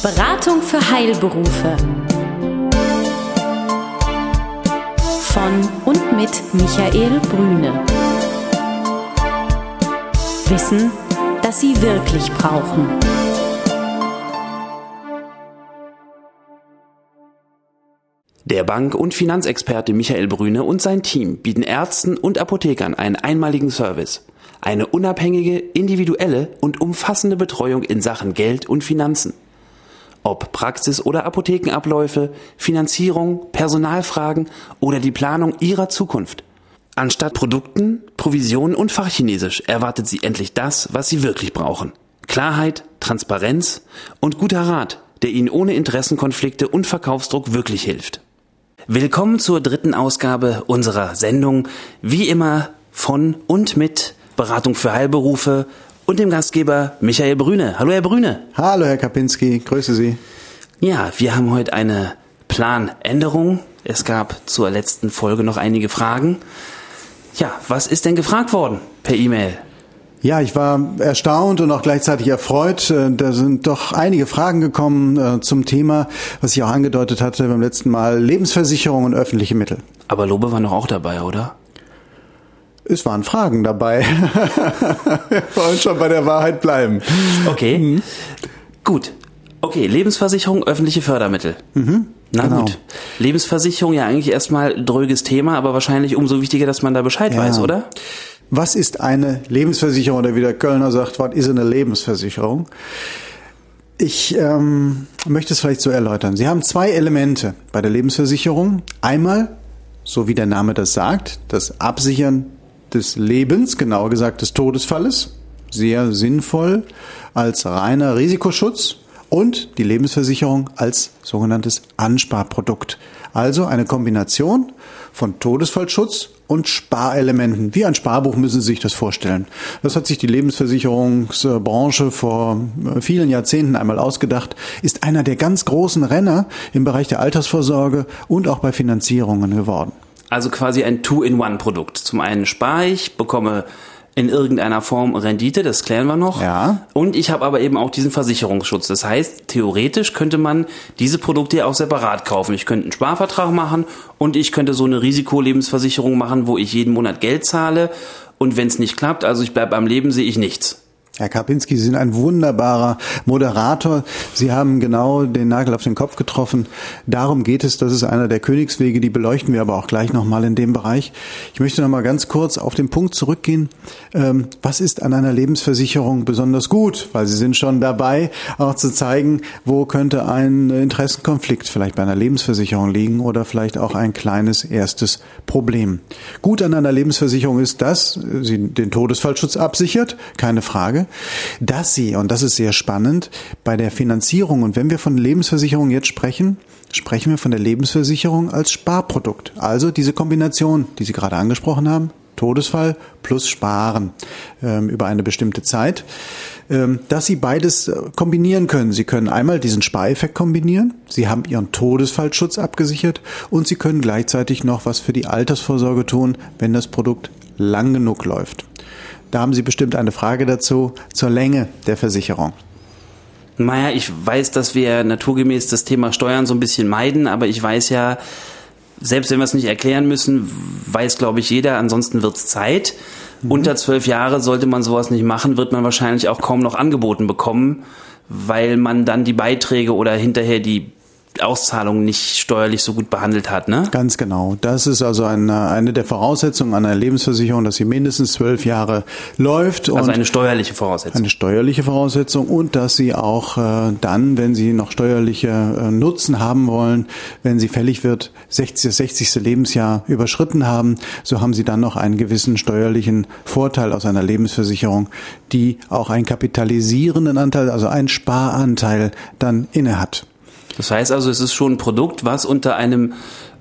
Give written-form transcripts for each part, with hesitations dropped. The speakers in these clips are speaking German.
Beratung für Heilberufe. Von und mit Michael Brüne. Wissen, das Sie wirklich brauchen. Der Bank- und Finanzexperte Michael Brüne und sein Team bieten Ärzten und Apothekern einen einmaligen Service. Eine unabhängige, individuelle und umfassende Betreuung in Sachen Geld und Finanzen. Ob Praxis- oder Apothekenabläufe, Finanzierung, Personalfragen oder die Planung Ihrer Zukunft. Anstatt Produkten, Provisionen und Fachchinesisch erwartet Sie endlich das, was Sie wirklich brauchen. Klarheit, Transparenz und guter Rat, der Ihnen ohne Interessenkonflikte und Verkaufsdruck wirklich hilft. Willkommen zur 3. Ausgabe unserer Sendung, wie immer von und mit Beratung für Heilberufe und dem Gastgeber Michael Brüne. Hallo Herr Brüne. Hallo Herr Kapinski, grüße Sie. Ja, wir haben heute eine Planänderung. Es gab zur letzten Folge noch einige Fragen. Ja, was ist denn gefragt worden per E-Mail? Ja, ich war erstaunt und auch gleichzeitig erfreut. Da sind doch einige Fragen gekommen zum Thema, was ich auch angedeutet hatte beim letzten Mal, Lebensversicherung und öffentliche Mittel. Aber Lobe war noch auch dabei, oder? Es waren Fragen dabei. Wir wollen schon bei der Wahrheit bleiben. Okay, gut. Okay, Lebensversicherung, öffentliche Fördermittel. Na genau. Gut. Lebensversicherung ja eigentlich erstmal ein dröges Thema, aber wahrscheinlich umso wichtiger, dass man da Bescheid weiß, oder? Was ist eine Lebensversicherung? Oder wie der Kölner sagt, was ist eine Lebensversicherung? Ich möchte es vielleicht so erläutern. Sie haben 2 Elemente bei der Lebensversicherung. Einmal, so wie der Name das sagt, das Absichern des Lebens, genauer gesagt des Todesfalles. Sehr sinnvoll als reiner Risikoschutz. Und die Lebensversicherung als sogenanntes Ansparprodukt. Also eine Kombination von Todesfallschutz und Sparelementen. Wie ein Sparbuch müssen Sie sich das vorstellen. Das hat sich die Lebensversicherungsbranche vor vielen Jahrzehnten einmal ausgedacht, ist einer der ganz großen Renner im Bereich der Altersvorsorge und auch bei Finanzierungen geworden. Also quasi ein Two-in-One-Produkt. Zum einen spare ich, bekomme in irgendeiner Form Rendite, das klären wir noch. Ja. Und ich habe aber eben auch diesen Versicherungsschutz. Das heißt, theoretisch könnte man diese Produkte ja auch separat kaufen. Ich könnte einen Sparvertrag machen und ich könnte so eine Risikolebensversicherung machen, wo ich jeden Monat Geld zahle. Und wenn es nicht klappt, also ich bleibe am Leben, sehe ich nichts. Herr Kapinski, Sie sind ein wunderbarer Moderator. Sie haben genau den Nagel auf den Kopf getroffen. Darum geht es. Das ist einer der Königswege. Die beleuchten wir aber auch gleich nochmal in dem Bereich. Ich möchte nochmal ganz kurz auf den Punkt zurückgehen. Was ist an einer Lebensversicherung besonders gut? Weil Sie sind schon dabei, auch zu zeigen, wo könnte ein Interessenkonflikt vielleicht bei einer Lebensversicherung liegen oder vielleicht auch ein kleines erstes Problem. Gut an einer Lebensversicherung ist, dass sie den Todesfallschutz absichert, keine Frage. Dass sie, und das ist sehr spannend, bei der Finanzierung, und wenn wir von Lebensversicherung jetzt sprechen, sprechen wir von der Lebensversicherung als Sparprodukt. Also diese Kombination, die Sie gerade angesprochen haben, Todesfall plus Sparen über eine bestimmte Zeit, dass Sie beides kombinieren können. Sie können einmal diesen Spareffekt kombinieren, Sie haben Ihren Todesfallschutz abgesichert und Sie können gleichzeitig noch was für die Altersvorsorge tun, wenn das Produkt lang genug läuft. Da haben Sie bestimmt eine Frage dazu, zur Länge der Versicherung. Naja, ich weiß, dass wir naturgemäß das Thema Steuern so ein bisschen meiden, aber ich weiß ja, selbst wenn wir es nicht erklären müssen, weiß, glaube ich, jeder, ansonsten wird es Zeit. Unter 12 Jahre sollte man sowas nicht machen, wird man wahrscheinlich auch kaum noch angeboten bekommen, weil man dann die Beiträge oder hinterher die Auszahlungen nicht steuerlich so gut behandelt hat, ne? Ganz genau. Das ist also eine der Voraussetzungen einer Lebensversicherung, dass sie mindestens 12 Jahre läuft. Also eine steuerliche Voraussetzung. Eine steuerliche Voraussetzung und dass sie auch dann, wenn sie noch steuerliche Nutzen haben wollen, wenn sie fällig wird, das 60. Lebensjahr überschritten haben, so haben sie dann noch einen gewissen steuerlichen Vorteil aus einer Lebensversicherung, die auch einen kapitalisierenden Anteil, also einen Sparanteil dann inne hat. Das heißt also, es ist schon ein Produkt, was unter einem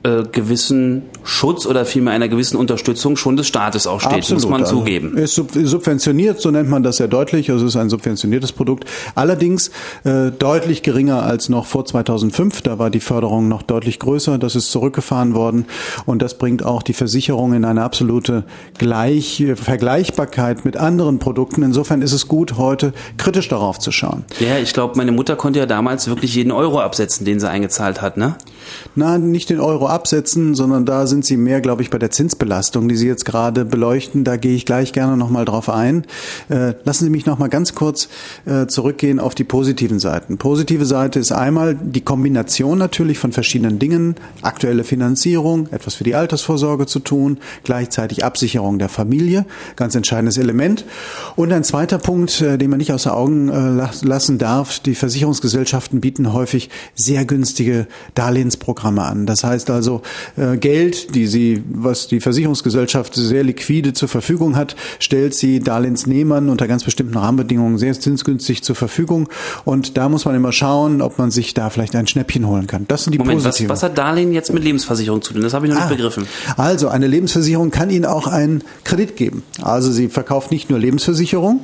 gewissen Schutz oder vielmehr einer gewissen Unterstützung schon des Staates auch steht, Absolut, muss man zugeben. Ist subventioniert, so nennt man das sehr deutlich, also es ist ein subventioniertes Produkt. Allerdings deutlich geringer als noch vor 2005, da war die Förderung noch deutlich größer, das ist zurückgefahren worden und das bringt auch die Versicherung in eine absolute Vergleichbarkeit mit anderen Produkten. Insofern ist es gut, heute kritisch darauf zu schauen. Ja, ich glaube, meine Mutter konnte ja damals wirklich jeden Euro absetzen, den sie eingezahlt hat, ne? Nein, nicht den Euro absetzen, sondern da sind Sie mehr, glaube ich, bei der Zinsbelastung, die Sie jetzt gerade beleuchten. Da gehe ich gleich gerne nochmal drauf ein. Lassen Sie mich nochmal ganz kurz zurückgehen auf die positiven Seiten. Positive Seite ist einmal die Kombination natürlich von verschiedenen Dingen. Aktuelle Finanzierung, etwas für die Altersvorsorge zu tun, gleichzeitig Absicherung der Familie, ganz entscheidendes Element. Und ein zweiter Punkt, den man nicht außer Augen lassen darf, die Versicherungsgesellschaften bieten häufig sehr günstige Darlehensprogramme an. Das heißt also, Geld, was die Versicherungsgesellschaft sehr liquide zur Verfügung hat, stellt sie Darlehensnehmern unter ganz bestimmten Rahmenbedingungen sehr zinsgünstig zur Verfügung. Und da muss man immer schauen, ob man sich da vielleicht ein Schnäppchen holen kann. Das sind die positiven. Was hat Darlehen jetzt mit Lebensversicherung zu tun? Das habe ich noch nicht begriffen. Also eine Lebensversicherung kann Ihnen auch einen Kredit geben. Also sie verkauft nicht nur Lebensversicherung,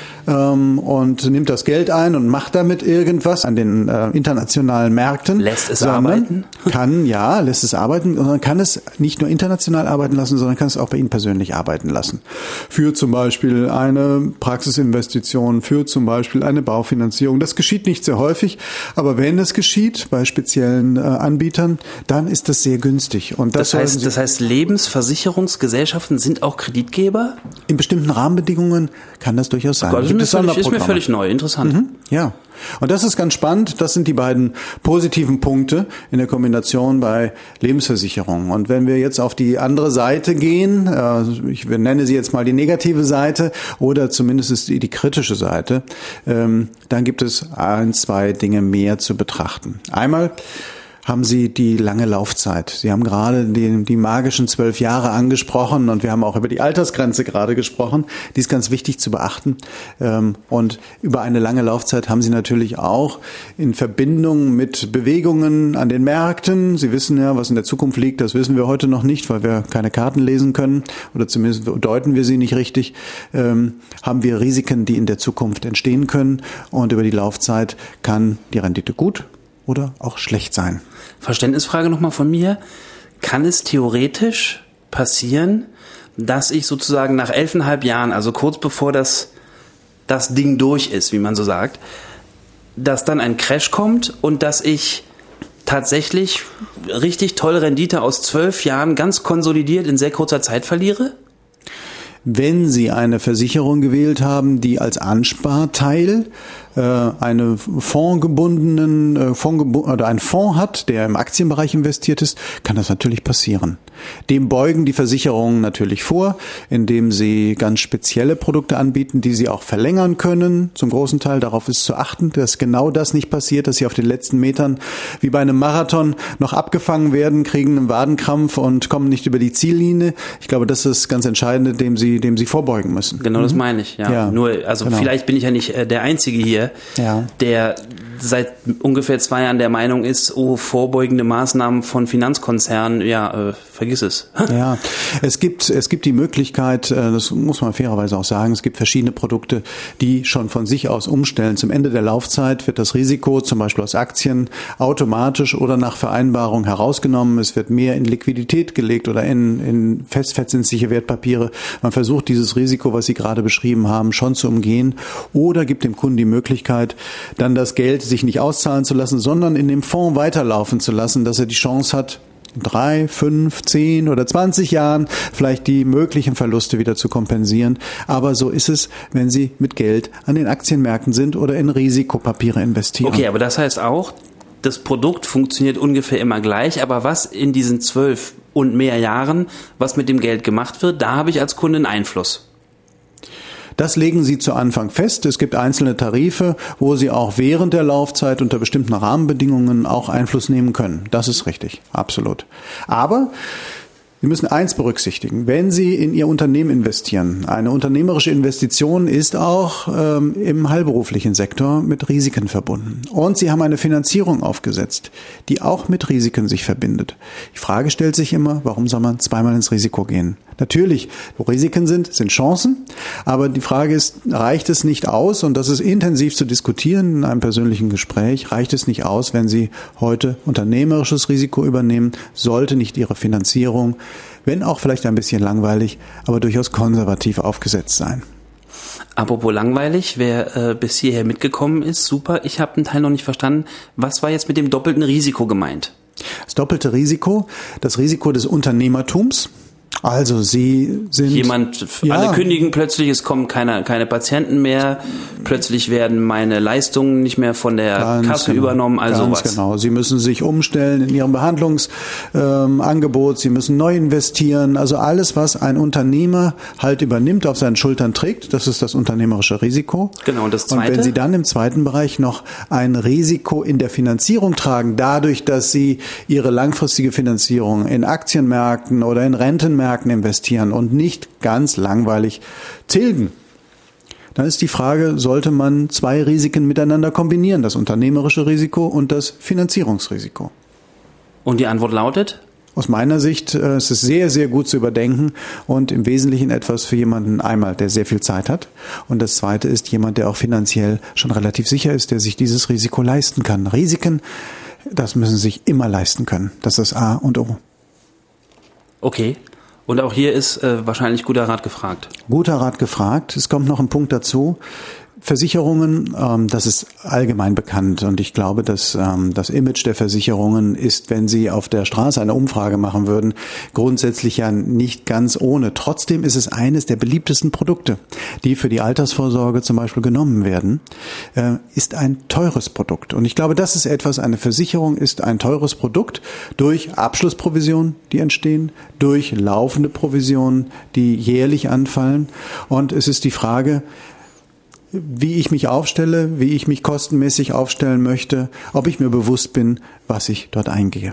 und nimmt das Geld ein und macht damit irgendwas an den internationalen Märkten. Lässt es arbeiten? Lässt es arbeiten, sondern kann es nicht nur international arbeiten lassen, sondern kann es auch bei Ihnen persönlich arbeiten lassen. Für zum Beispiel eine Praxisinvestition, für zum Beispiel eine Baufinanzierung. Das geschieht nicht sehr häufig, aber wenn es geschieht bei speziellen Anbietern, dann ist das sehr günstig. Und das heißt, Lebensversicherungsgesellschaften sind auch Kreditgeber? In bestimmten Rahmenbedingungen kann das durchaus sein. Ist mir völlig neu, interessant. Ja, und das ist ganz spannend. Das sind die beiden positiven Punkte in der Kombination bei Lebensversicherungen. Und wenn wir jetzt auf die andere Seite gehen, ich nenne sie jetzt mal die negative Seite oder zumindest die kritische Seite, dann gibt es 2 Dinge mehr zu betrachten. Einmal haben Sie die lange Laufzeit. Sie haben gerade die magischen 12 Jahre angesprochen und wir haben auch über die Altersgrenze gerade gesprochen. Die ist ganz wichtig zu beachten. Und über eine lange Laufzeit haben Sie natürlich auch in Verbindung mit Bewegungen an den Märkten. Sie wissen ja, was in der Zukunft liegt. Das wissen wir heute noch nicht, weil wir keine Karten lesen können oder zumindest deuten wir sie nicht richtig. Haben wir Risiken, die in der Zukunft entstehen können und über die Laufzeit kann die Rendite gut oder auch schlecht sein. Verständnisfrage nochmal von mir. Kann es theoretisch passieren, dass ich sozusagen nach 11,5 Jahren, also kurz bevor das Ding durch ist, wie man so sagt, dass dann ein Crash kommt und dass ich tatsächlich richtig tolle Rendite aus 12 Jahren ganz konsolidiert in sehr kurzer Zeit verliere? Wenn Sie eine Versicherung gewählt haben, die als Ansparteil einen einen Fonds hat, der im Aktienbereich investiert ist, kann das natürlich passieren. Dem beugen die Versicherungen natürlich vor, indem sie ganz spezielle Produkte anbieten, die sie auch verlängern können. Zum großen Teil darauf ist zu achten, dass genau das nicht passiert, dass sie auf den letzten Metern wie bei einem Marathon noch abgefangen werden, kriegen einen Wadenkrampf und kommen nicht über die Ziellinie. Ich glaube, das ist ganz entscheidend, dem sie vorbeugen müssen. Genau, das meine ich. Ja. Nur, genau. Vielleicht bin ich ja nicht der Einzige hier, der seit ungefähr 2 Jahren der Meinung ist, vorbeugende Maßnahmen von Finanzkonzernen, vergiss es. Ja, es gibt die Möglichkeit, das muss man fairerweise auch sagen, es gibt verschiedene Produkte, die schon von sich aus umstellen. Zum Ende der Laufzeit wird das Risiko, zum Beispiel aus Aktien, automatisch oder nach Vereinbarung herausgenommen. Es wird mehr in Liquidität gelegt oder in festverzinsliche Wertpapiere. Man versucht dieses Risiko, was Sie gerade beschrieben haben, schon zu umgehen oder gibt dem Kunden die Möglichkeit, dann das Geld sich nicht auszahlen zu lassen, sondern in dem Fonds weiterlaufen zu lassen, dass er die Chance hat, in 3, 5, 10 oder 20 Jahren vielleicht die möglichen Verluste wieder zu kompensieren. Aber so ist es, wenn Sie mit Geld an den Aktienmärkten sind oder in Risikopapiere investieren. Okay, aber das heißt auch, das Produkt funktioniert ungefähr immer gleich, aber was in diesen 12 und mehr Jahren, was mit dem Geld gemacht wird, da habe ich als Kunde einen Einfluss. Das legen Sie zu Anfang fest. Es gibt einzelne Tarife, wo Sie auch während der Laufzeit unter bestimmten Rahmenbedingungen auch Einfluss nehmen können. Das ist richtig, absolut. Aber Sie müssen eins berücksichtigen. Wenn Sie in Ihr Unternehmen investieren, eine unternehmerische Investition ist auch im heilberuflichen Sektor mit Risiken verbunden. Und Sie haben eine Finanzierung aufgesetzt, die auch mit Risiken sich verbindet. Die Frage stellt sich immer, warum soll man zweimal ins Risiko gehen? Natürlich, wo Risiken sind Chancen. Aber die Frage ist, reicht es nicht aus, und das ist intensiv zu diskutieren in einem persönlichen Gespräch, reicht es nicht aus, wenn Sie heute unternehmerisches Risiko übernehmen, sollte nicht Ihre Finanzierung, wenn auch vielleicht ein bisschen langweilig, aber durchaus konservativ aufgesetzt sein. Apropos langweilig, wer bis hierher mitgekommen ist, super, ich habe einen Teil noch nicht verstanden. Was war jetzt mit dem doppelten Risiko gemeint? Das doppelte Risiko, das Risiko des Unternehmertums. Also Sie sind... Alle kündigen plötzlich, es kommen keine Patienten mehr, plötzlich werden meine Leistungen nicht mehr von der Kasse übernommen, also sowas. Ganz genau. Sie müssen sich umstellen in Ihrem Behandlungsangebot, Sie müssen neu investieren, also alles, was ein Unternehmer halt übernimmt, auf seinen Schultern trägt, das ist das unternehmerische Risiko. Genau, und das Zweite? Und wenn Sie dann im zweiten Bereich noch ein Risiko in der Finanzierung tragen, dadurch, dass Sie Ihre langfristige Finanzierung in Aktienmärkten oder in Rentenmärkten investieren und nicht ganz langweilig tilgen, dann ist die Frage, sollte man zwei Risiken miteinander kombinieren, das unternehmerische Risiko und das Finanzierungsrisiko? Und die Antwort lautet? Aus meiner Sicht ist es sehr, sehr gut zu überdenken und im Wesentlichen etwas für jemanden einmal, der sehr viel Zeit hat, und das Zweite ist jemand, der auch finanziell schon relativ sicher ist, der sich dieses Risiko leisten kann. Risiken, das müssen Sie sich immer leisten können. Das ist A und O. Okay. Und auch hier ist wahrscheinlich guter Rat gefragt. Guter Rat gefragt. Es kommt noch ein Punkt dazu. Versicherungen, das ist allgemein bekannt, und ich glaube, dass das Image der Versicherungen ist, wenn Sie auf der Straße eine Umfrage machen würden, grundsätzlich ja nicht ganz ohne. Trotzdem ist es eines der beliebtesten Produkte, die für die Altersvorsorge zum Beispiel genommen werden, ist ein teures Produkt. Und ich glaube, das ist etwas, eine Versicherung ist ein teures Produkt durch Abschlussprovisionen, die entstehen, durch laufende Provisionen, die jährlich anfallen. Und es ist die Frage, wie ich mich aufstelle, wie ich mich kostenmäßig aufstellen möchte, ob ich mir bewusst bin, was ich dort eingehe.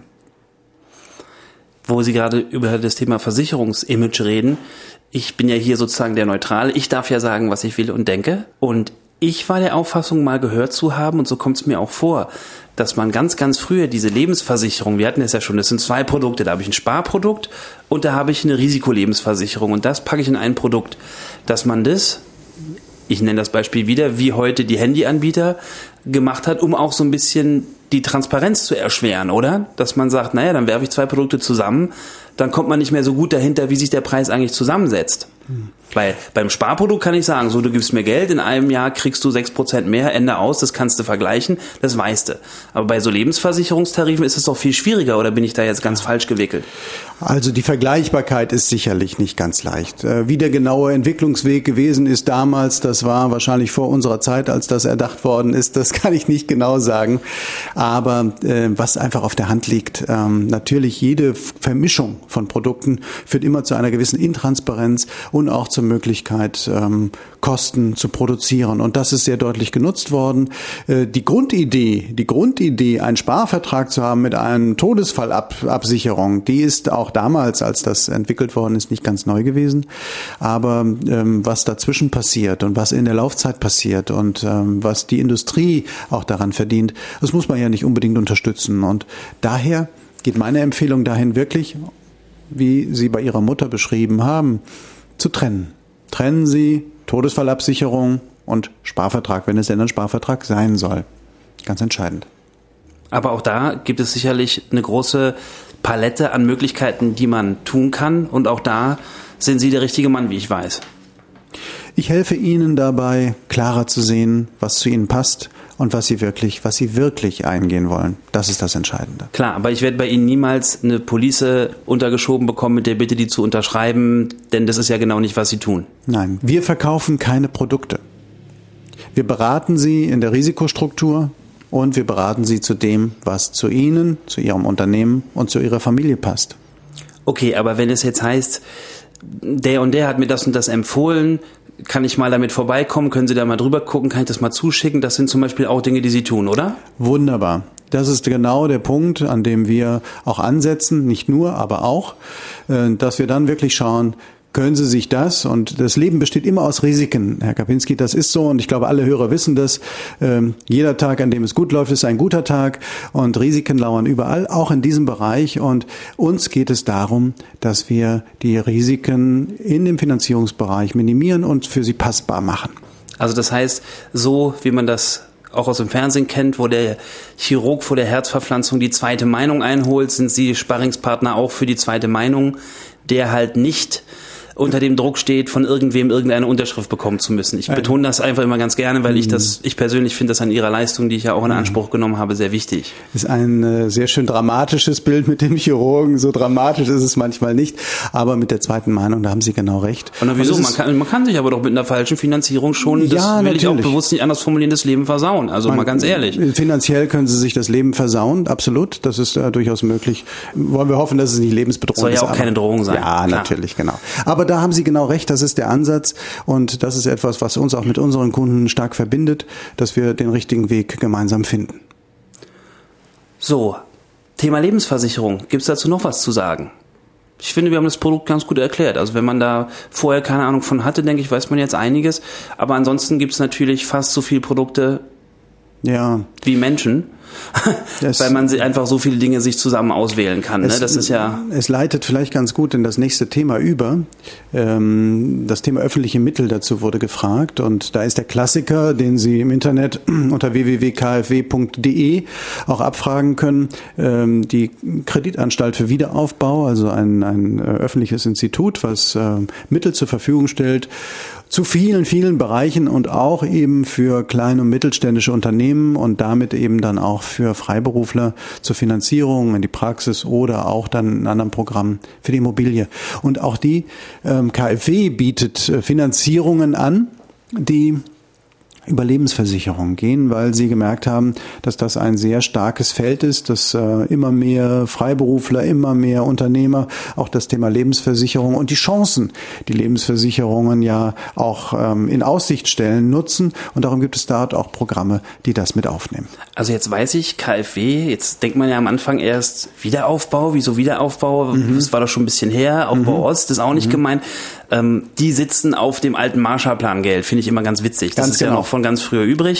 Wo Sie gerade über das Thema Versicherungsimage reden, ich bin ja hier sozusagen der Neutrale, ich darf ja sagen, was ich will und denke, und ich war der Auffassung, mal gehört zu haben, und so kommt es mir auch vor, dass man ganz, ganz früher diese Lebensversicherung, wir hatten es ja schon, das sind zwei Produkte, da habe ich ein Sparprodukt und da habe ich eine Risikolebensversicherung, und das packe ich in ein Produkt, dass man das, ich nenne das Beispiel wieder, wie heute die Handyanbieter gemacht hat, um auch so ein bisschen die Transparenz zu erschweren, oder? Dass man sagt, naja, dann werfe ich zwei Produkte zusammen, dann kommt man nicht mehr so gut dahinter, wie sich der Preis eigentlich zusammensetzt. Weil beim Sparprodukt kann ich sagen, so, du gibst mir Geld, in einem Jahr kriegst du 6% mehr, Ende aus, das kannst du vergleichen, das weißt du. Aber bei so Lebensversicherungstarifen ist es doch viel schwieriger, oder bin ich da jetzt ganz falsch gewickelt? Also die Vergleichbarkeit ist sicherlich nicht ganz leicht. Wie der genaue Entwicklungsweg gewesen ist damals, das war wahrscheinlich vor unserer Zeit, als das erdacht worden ist, das kann ich nicht genau sagen. Aber was einfach auf der Hand liegt, natürlich jede Vermischung von Produkten führt immer zu einer gewissen Intransparenz und auch zur Möglichkeit, Kosten zu produzieren. Und das ist sehr deutlich genutzt worden. Die Grundidee, einen Sparvertrag zu haben mit einer Todesfallabsicherung, die ist auch damals, als das entwickelt worden ist, nicht ganz neu gewesen. Aber was dazwischen passiert und was in der Laufzeit passiert und was die Industrie auch daran verdient, das muss man ja nicht unbedingt unterstützen. Und daher geht meine Empfehlung dahin, wirklich, wie Sie bei Ihrer Mutter beschrieben haben, zu trennen. Trennen Sie Todesfallabsicherung und Sparvertrag, wenn es denn ein Sparvertrag sein soll. Ganz entscheidend. Aber auch da gibt es sicherlich eine große Palette an Möglichkeiten, die man tun kann. Und auch da sind Sie der richtige Mann, wie ich weiß. Ich helfe Ihnen dabei, klarer zu sehen, was zu Ihnen passt und was Sie wirklich eingehen wollen. Das ist das Entscheidende. Klar, aber ich werde bei Ihnen niemals eine Police untergeschoben bekommen mit der Bitte, die zu unterschreiben, denn das ist ja genau nicht, was Sie tun. Nein, wir verkaufen keine Produkte. Wir beraten Sie in der Risikostruktur und wir beraten Sie zu dem, was zu Ihnen, zu Ihrem Unternehmen und zu Ihrer Familie passt. Okay, aber wenn es jetzt heißt, der und der hat mir das und das empfohlen, kann ich mal damit vorbeikommen? Können Sie da mal drüber gucken? Kann ich das mal zuschicken? Das sind zum Beispiel auch Dinge, die Sie tun, oder? Wunderbar. Das ist genau der Punkt, an dem wir auch ansetzen, nicht nur, aber auch, dass wir dann wirklich schauen, können Sie sich das? Und das Leben besteht immer aus Risiken, Herr Kapinski, das ist so und ich glaube, alle Hörer wissen das. Jeder Tag, an dem es gut läuft, ist ein guter Tag und Risiken lauern überall, auch in diesem Bereich. Und uns geht es darum, dass wir die Risiken in dem Finanzierungsbereich minimieren und für sie passbar machen. Also das heißt, so wie man das auch aus dem Fernsehen kennt, wo der Chirurg vor der Herzverpflanzung die zweite Meinung einholt, sind Sie Sparringspartner auch für die zweite Meinung, der halt nicht unter dem Druck steht, von irgendwem irgendeine Unterschrift bekommen zu müssen. Ich betone das einfach immer ganz gerne, weil ich persönlich finde das an Ihrer Leistung, die ich ja auch in Anspruch genommen habe, sehr wichtig. Ist ein sehr schön dramatisches Bild mit dem Chirurgen. So dramatisch ist es manchmal nicht, aber mit der zweiten Meinung, da haben Sie genau recht. Und wieso? Man kann sich aber doch mit einer falschen Finanzierung schon, das will natürlich. Ich auch bewusst nicht anders formulieren, das Leben versauen. Also mal ganz ehrlich. Finanziell können Sie sich das Leben versauen, absolut. Das ist durchaus möglich. Wollen wir hoffen, dass es nicht lebensbedrohend ist. Soll ja auch keine Drohung sein. Ja, klar. Natürlich, genau. Aber da haben Sie genau recht, das ist der Ansatz und das ist etwas, was uns auch mit unseren Kunden stark verbindet, dass wir den richtigen Weg gemeinsam finden. So, Thema Lebensversicherung. Gibt es dazu noch was zu sagen? Ich finde, wir haben das Produkt ganz gut erklärt. Also wenn man da vorher keine Ahnung von hatte, denke ich, weiß man jetzt einiges. Aber ansonsten gibt es natürlich fast so viele Produkte wie Menschen. Weil man einfach so viele Dinge sich zusammen auswählen kann. Das ist ja. Es leitet vielleicht ganz gut in das nächste Thema über. Das Thema öffentliche Mittel dazu wurde gefragt und da ist der Klassiker, den Sie im Internet unter www.kfw.de auch abfragen können. Die Kreditanstalt für Wiederaufbau, also ein öffentliches Institut, was Mittel zur Verfügung stellt zu vielen, vielen Bereichen und auch eben für kleine und mittelständische Unternehmen und damit eben dann auch für Freiberufler zur Finanzierung in die Praxis oder auch dann in anderen Programmen für die Immobilie. Und auch die KfW bietet Finanzierungen an, die über Lebensversicherung gehen, weil sie gemerkt haben, dass das ein sehr starkes Feld ist, dass immer mehr Freiberufler, immer mehr Unternehmer auch das Thema Lebensversicherung und die Chancen, die Lebensversicherungen ja auch in Aussicht stellen, nutzen. Und darum gibt es dort auch Programme, die das mit aufnehmen. Also jetzt weiß ich, KfW, jetzt denkt man ja am Anfang erst Wiederaufbau, wieso Wiederaufbau? Das war doch schon ein bisschen her, Aufbau Ost ist auch nicht gemeint. Die sitzen auf dem alten Marshallplan-Geld, finde ich immer ganz witzig. Das ist ja noch von ganz früher übrig.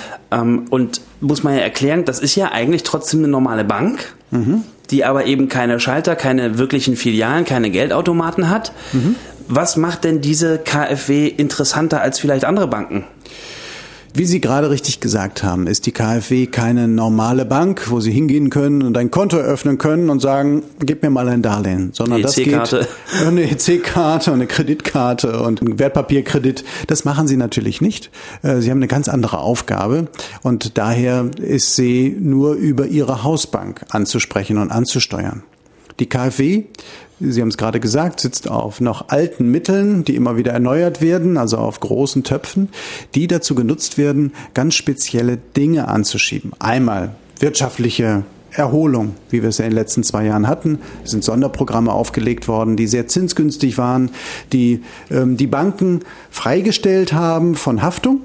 Und muss man ja erklären, das ist ja eigentlich trotzdem eine normale Bank, die aber eben keine Schalter, keine wirklichen Filialen, keine Geldautomaten hat. Was macht denn diese KfW interessanter als vielleicht andere Banken? Wie Sie gerade richtig gesagt haben, ist die KfW keine normale Bank, wo Sie hingehen können und ein Konto eröffnen können und sagen, gib mir mal ein Darlehen, sondern das geht eine EC-Karte und eine Kreditkarte und ein Wertpapierkredit. Das machen Sie natürlich nicht. Sie haben eine ganz andere Aufgabe und daher ist sie nur über Ihre Hausbank anzusprechen und anzusteuern. Die KfW, Sie haben es gerade gesagt, sitzt auf noch alten Mitteln, die immer wieder erneuert werden, also auf großen Töpfen, die dazu genutzt werden, ganz spezielle Dinge anzuschieben. Einmal wirtschaftliche Erholung, wie wir es ja in den letzten 2 Jahren hatten. Es sind Sonderprogramme aufgelegt worden, die sehr zinsgünstig waren, die die Banken freigestellt haben von Haftung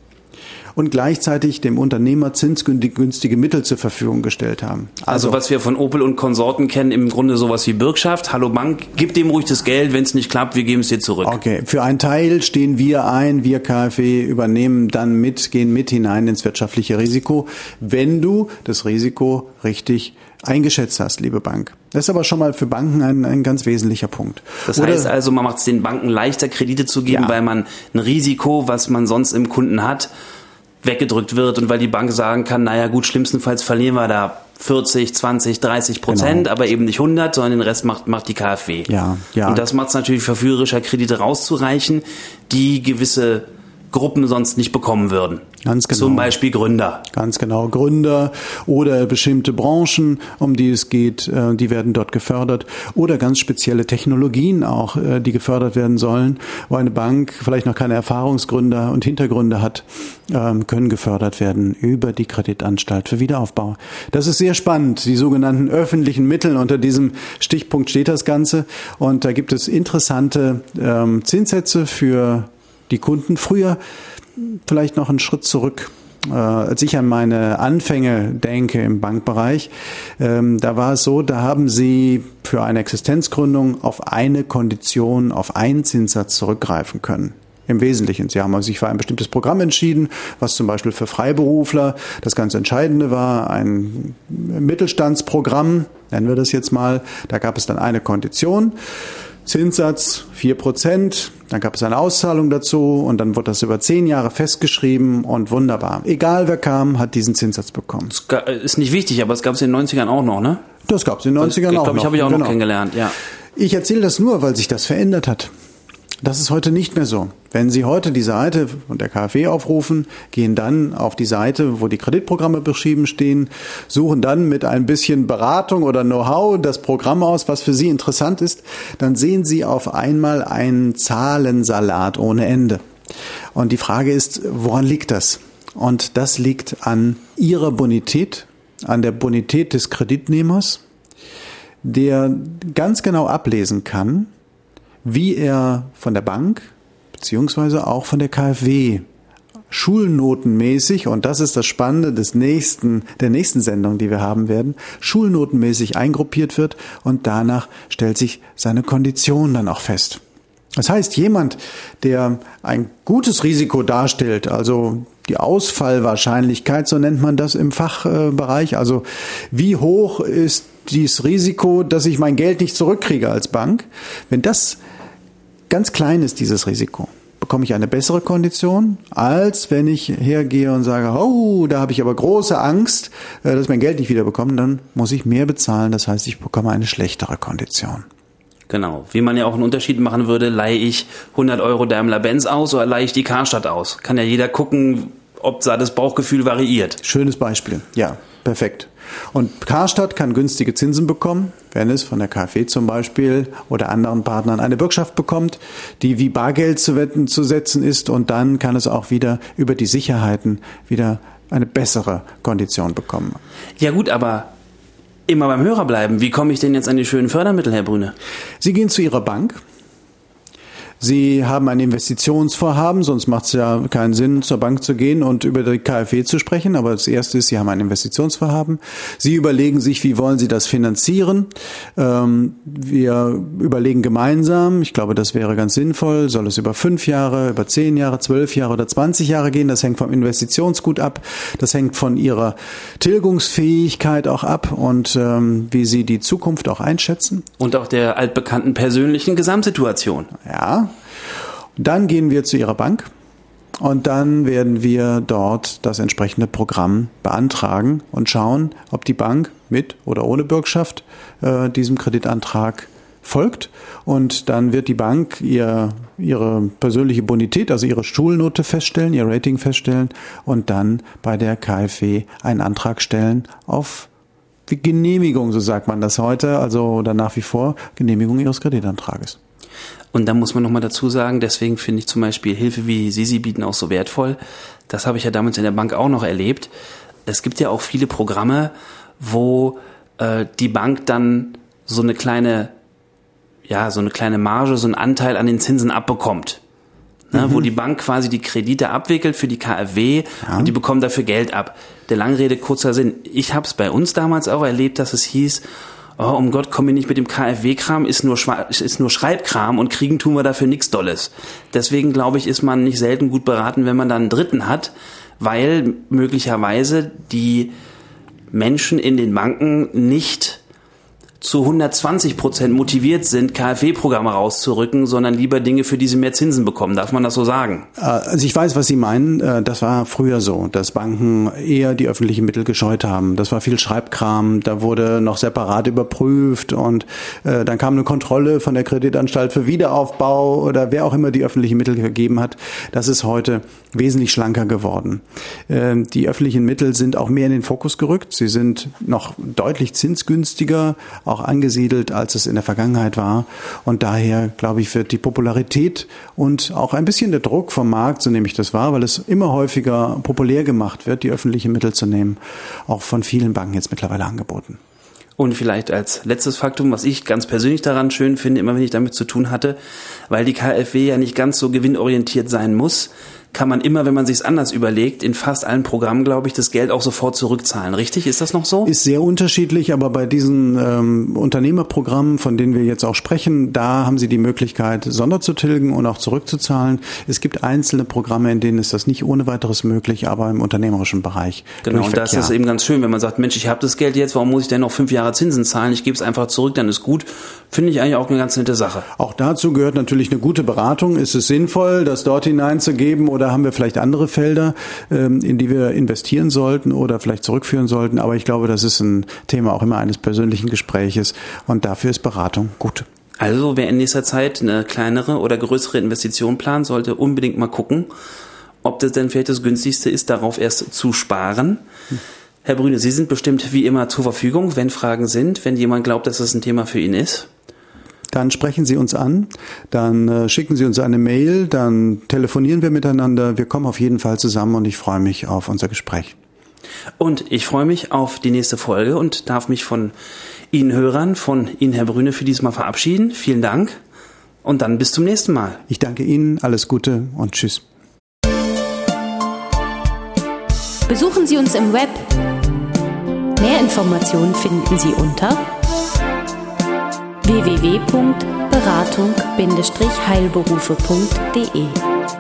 und gleichzeitig dem Unternehmer zinsgünstige Mittel zur Verfügung gestellt haben. Also was wir von Opel und Konsorten kennen, im Grunde sowas wie Bürgschaft. Hallo Bank, gib dem ruhig das Geld, wenn es nicht klappt, wir geben es dir zurück. Okay, für einen Teil stehen wir ein, wir KfW übernehmen dann gehen mit hinein ins wirtschaftliche Risiko, wenn du das Risiko richtig eingeschätzt hast, liebe Bank. Das ist aber schon mal für Banken ein ganz wesentlicher Punkt. Das heißt also, man macht es den Banken leichter, Kredite zu geben, weil man ein Risiko, was man sonst im Kunden hat, weggedrückt wird und weil die Bank sagen kann, naja gut, schlimmstenfalls verlieren wir da 40, 20, 30%, aber eben nicht 100, sondern den Rest macht die KfW. Ja. Und das macht es natürlich verführerischer, Kredite rauszureichen, die gewisse Gruppen sonst nicht bekommen würden. Ganz genau. Zum Beispiel Gründer. Ganz genau, Gründer oder bestimmte Branchen, um die es geht, die werden dort gefördert. Oder ganz spezielle Technologien auch, die gefördert werden sollen, wo eine Bank vielleicht noch keine Erfahrungsgründer und Hintergründe hat, können gefördert werden über die Kreditanstalt für Wiederaufbau. Das ist sehr spannend, die sogenannten öffentlichen Mittel. Unter diesem Stichpunkt steht das Ganze. Und da gibt es interessante Zinssätze für die Kunden. Früher vielleicht noch einen Schritt zurück. Als ich an meine Anfänge denke im Bankbereich, da war es so, da haben Sie für eine Existenzgründung auf eine Kondition, auf einen Zinssatz zurückgreifen können. Im Wesentlichen. Sie haben sich für ein bestimmtes Programm entschieden, was zum Beispiel für Freiberufler das ganz Entscheidende war, ein Mittelstandsprogramm, nennen wir das jetzt mal. Da gab es dann eine Kondition, Zinssatz 4%, dann gab es eine Auszahlung dazu und dann wurde das über 10 Jahre festgeschrieben und wunderbar. Egal wer kam, hat diesen Zinssatz bekommen. Das ist nicht wichtig, aber es gab es in den 90ern auch noch, ne? Das gab es in den 90ern auch noch. Ich habe ich auch noch kennengelernt, ja. Ich erzähle das nur, weil sich das verändert hat. Das ist heute nicht mehr so. Wenn Sie heute die Seite von der KfW aufrufen, gehen dann auf die Seite, wo die Kreditprogramme beschrieben stehen, suchen dann mit ein bisschen Beratung oder Know-how das Programm aus, was für Sie interessant ist, dann sehen Sie auf einmal einen Zahlensalat ohne Ende. Und die Frage ist, woran liegt das? Und das liegt an Ihrer Bonität, an der Bonität des Kreditnehmers, der ganz genau ablesen kann, wie er von der Bank beziehungsweise auch von der KfW schulnotenmäßig, und das ist das Spannende der nächsten Sendung, die wir haben werden, schulnotenmäßig eingruppiert wird und danach stellt sich seine Kondition dann auch fest. Das heißt, jemand, der ein gutes Risiko darstellt, also die Ausfallwahrscheinlichkeit, so nennt man das im Fachbereich, also wie hoch ist dieses Risiko, dass ich mein Geld nicht zurückkriege als Bank, wenn das ganz klein ist, dieses Risiko, bekomme ich eine bessere Kondition, als wenn ich hergehe und sage, oh, da habe ich aber große Angst, dass ich mein Geld nicht wiederbekomme, dann muss ich mehr bezahlen, das heißt, ich bekomme eine schlechtere Kondition. Genau, wie man ja auch einen Unterschied machen würde, leihe ich 100 Euro Daimler-Benz aus oder leihe ich die Karstadt aus. Kann ja jeder gucken, ob da das Bauchgefühl variiert. Schönes Beispiel, ja, perfekt. Und Karstadt kann günstige Zinsen bekommen, wenn es von der KfW zum Beispiel oder anderen Partnern eine Bürgschaft bekommt, die wie Bargeld zu setzen ist, und dann kann es auch wieder über die Sicherheiten wieder eine bessere Kondition bekommen. Ja gut, aber immer beim Hörer bleiben. Wie komme ich denn jetzt an die schönen Fördermittel, Herr Brüne? Sie gehen zu Ihrer Bank. Sie haben ein Investitionsvorhaben, sonst macht es ja keinen Sinn, zur Bank zu gehen und über die KfW zu sprechen. Aber das Erste ist, Sie haben ein Investitionsvorhaben. Sie überlegen sich, wie wollen Sie das finanzieren. Wir überlegen gemeinsam, ich glaube, das wäre ganz sinnvoll, soll es über 5 Jahre, über 10 Jahre, 12 Jahre oder 20 Jahre gehen. Das hängt vom Investitionsgut ab. Das hängt von Ihrer Tilgungsfähigkeit auch ab und wie Sie die Zukunft auch einschätzen. Und auch der altbekannten persönlichen Gesamtsituation. Ja. Dann gehen wir zu Ihrer Bank und dann werden wir dort das entsprechende Programm beantragen und schauen, ob die Bank mit oder ohne Bürgschaft diesem Kreditantrag folgt. Und dann wird die Bank ihre persönliche Bonität, also ihre Schulnote feststellen, ihr Rating feststellen und dann bei der KfW einen Antrag stellen auf die Genehmigung, so sagt man das heute, also oder nach wie vor Genehmigung Ihres Kreditantrages. Und da muss man nochmal dazu sagen, deswegen finde ich zum Beispiel Hilfe, wie Sie bieten, auch so wertvoll. Das habe ich ja damals in der Bank auch noch erlebt. Es gibt ja auch viele Programme, wo die Bank dann so eine kleine Marge, so einen Anteil an den Zinsen abbekommt. Ne, wo die Bank quasi die Kredite abwickelt für die KfW und die bekommen dafür Geld ab. Der lange Rede, kurzer Sinn. Ich habe es bei uns damals auch erlebt, dass es hieß, oh, um Gott, komm mir nicht mit dem KfW-Kram, ist nur Schreibkram und kriegen tun wir dafür nichts Dolles. Deswegen, glaube ich, ist man nicht selten gut beraten, wenn man dann einen Dritten hat, weil möglicherweise die Menschen in den Banken nicht zu 120% motiviert sind, KfW-Programme rauszurücken, sondern lieber Dinge, für die sie mehr Zinsen bekommen. Darf man das so sagen? Also ich weiß, was Sie meinen. Das war früher so, dass Banken eher die öffentlichen Mittel gescheut haben. Das war viel Schreibkram, da wurde noch separat überprüft und dann kam eine Kontrolle von der Kreditanstalt für Wiederaufbau oder wer auch immer die öffentlichen Mittel gegeben hat. Das ist heute wesentlich schlanker geworden. Die öffentlichen Mittel sind auch mehr in den Fokus gerückt. Sie sind noch deutlich zinsgünstiger auch angesiedelt, als es in der Vergangenheit war. Und daher, glaube ich, wird die Popularität und auch ein bisschen der Druck vom Markt, so nehme ich das wahr, weil es immer häufiger populär gemacht wird, die öffentlichen Mittel zu nehmen, auch von vielen Banken jetzt mittlerweile angeboten. Und vielleicht als letztes Faktum, was ich ganz persönlich daran schön finde, immer wenn ich damit zu tun hatte, weil die KfW ja nicht ganz so gewinnorientiert sein muss, kann man immer, wenn man sich's anders überlegt, in fast allen Programmen, glaube ich, das Geld auch sofort zurückzahlen. Richtig? Ist das noch so? Ist sehr unterschiedlich, aber bei diesen Unternehmerprogrammen, von denen wir jetzt auch sprechen, da haben Sie die Möglichkeit, sonderzutilgen und auch zurückzuzahlen. Es gibt einzelne Programme, in denen ist das nicht ohne weiteres möglich, aber im unternehmerischen Bereich. Genau, und das ist eben ganz schön, wenn man sagt, Mensch, ich habe das Geld jetzt, warum muss ich denn noch 5 Jahre Zinsen zahlen? Ich gebe es einfach zurück, dann ist gut. Finde ich eigentlich auch eine ganz nette Sache. Auch dazu gehört natürlich eine gute Beratung. Ist es sinnvoll, das dort hineinzugeben, oder haben wir vielleicht andere Felder, in die wir investieren sollten oder vielleicht zurückführen sollten? Aber ich glaube, das ist ein Thema auch immer eines persönlichen Gespräches, und dafür ist Beratung gut. Also wer in nächster Zeit eine kleinere oder größere Investition plant, sollte unbedingt mal gucken, ob das denn vielleicht das günstigste ist, darauf erst zu sparen. Herr Brüne, Sie sind bestimmt wie immer zur Verfügung, wenn Fragen sind, wenn jemand glaubt, dass das ein Thema für ihn ist. Dann sprechen Sie uns an, dann schicken Sie uns eine Mail, dann telefonieren wir miteinander. Wir kommen auf jeden Fall zusammen, und ich freue mich auf unser Gespräch. Und ich freue mich auf die nächste Folge und darf mich von Ihnen Hörern, von Ihnen, Herr Brüne, für dieses Mal verabschieden. Vielen Dank und dann bis zum nächsten Mal. Ich danke Ihnen, alles Gute und tschüss. Besuchen Sie uns im Web. Mehr Informationen finden Sie unter www.beratung-heilberufe.de